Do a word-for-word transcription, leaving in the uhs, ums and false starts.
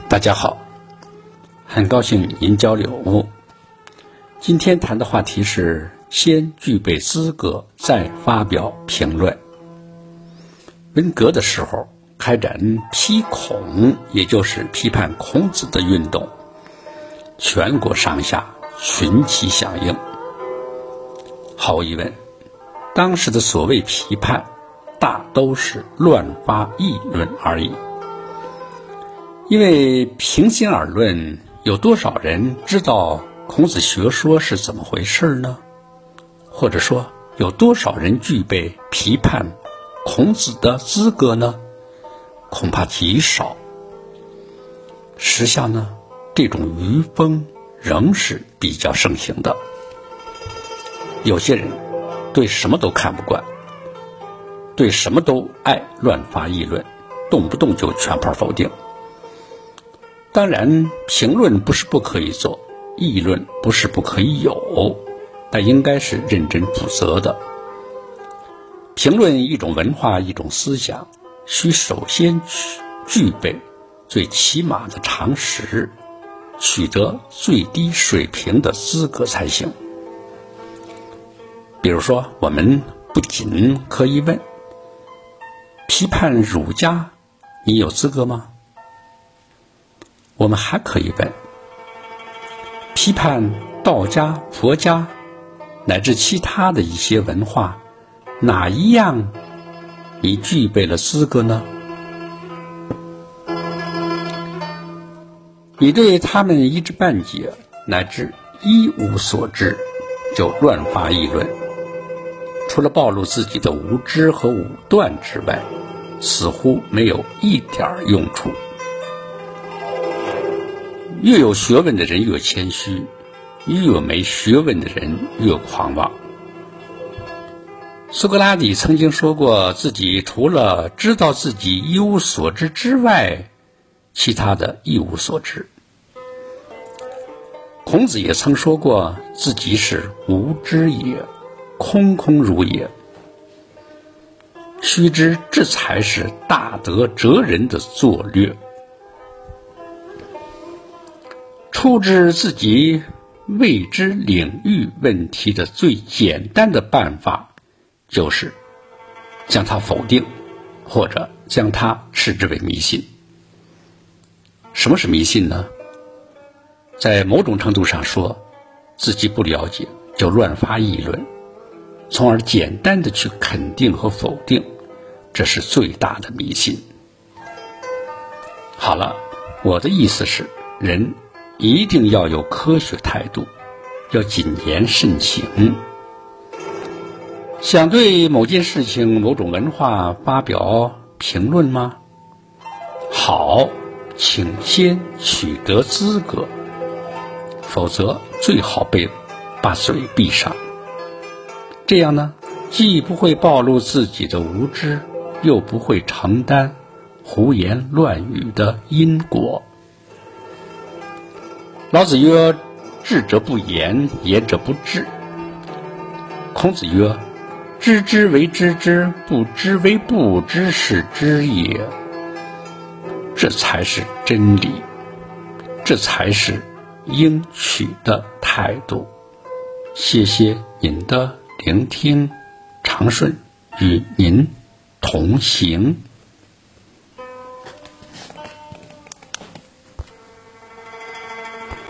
大家好，很高兴与您交流。今天谈的话题是先具备资格再发表评论。文革的时候开展批孔，也就是批判孔子的运动，全国上下群起响应。毫无疑问，当时的所谓批判大都是乱发议论而已。因为平心而论，有多少人知道孔子学说是怎么回事呢？或者说，有多少人具备批判孔子的资格呢？恐怕极少。时下呢，这种余风仍是比较盛行的。有些人对什么都看不惯，对什么都爱乱发议论，动不动就全盘否定。当然，评论不是不可以做，议论不是不可以有，但应该是认真负责的。评论一种文化，一种思想，需首先具备最起码的常识，取得最低水平的资格才行。比如说，我们不仅可以问，批判儒家，你有资格吗？我们还可以问，批判道家、佛家乃至其他的一些文化，哪一样你具备了资格呢？你对他们一知半解乃至一无所知就乱发议论，除了暴露自己的无知和武断之外，似乎没有一点用处。越有学问的人越谦虚，越没学问的人越狂妄。苏格拉底曾经说过，自己除了知道自己一无所知之外，其他的一无所知。孔子也曾说过，自己是无知也，空空如也。须知这才是大德哲人的作略。处置自己未知领域问题的最简单的办法，就是将它否定，或者将它视之为迷信。什么是迷信呢？在某种程度上说，自己不了解就乱发议论，从而简单的去肯定和否定，这是最大的迷信。好了，我的意思是，人一定要有科学态度，要谨言慎行。想对某件事情、某种文化发表评论吗？好，请先取得资格，否则最好被把嘴闭上。这样呢，既不会暴露自己的无知，又不会承担胡言乱语的因果。老子曰：智者不言，言者不智。孔子曰：知之为知之，不知为不知，是知也。这才是真理，这才是应取的态度。谢谢您的聆听，长顺与您同行。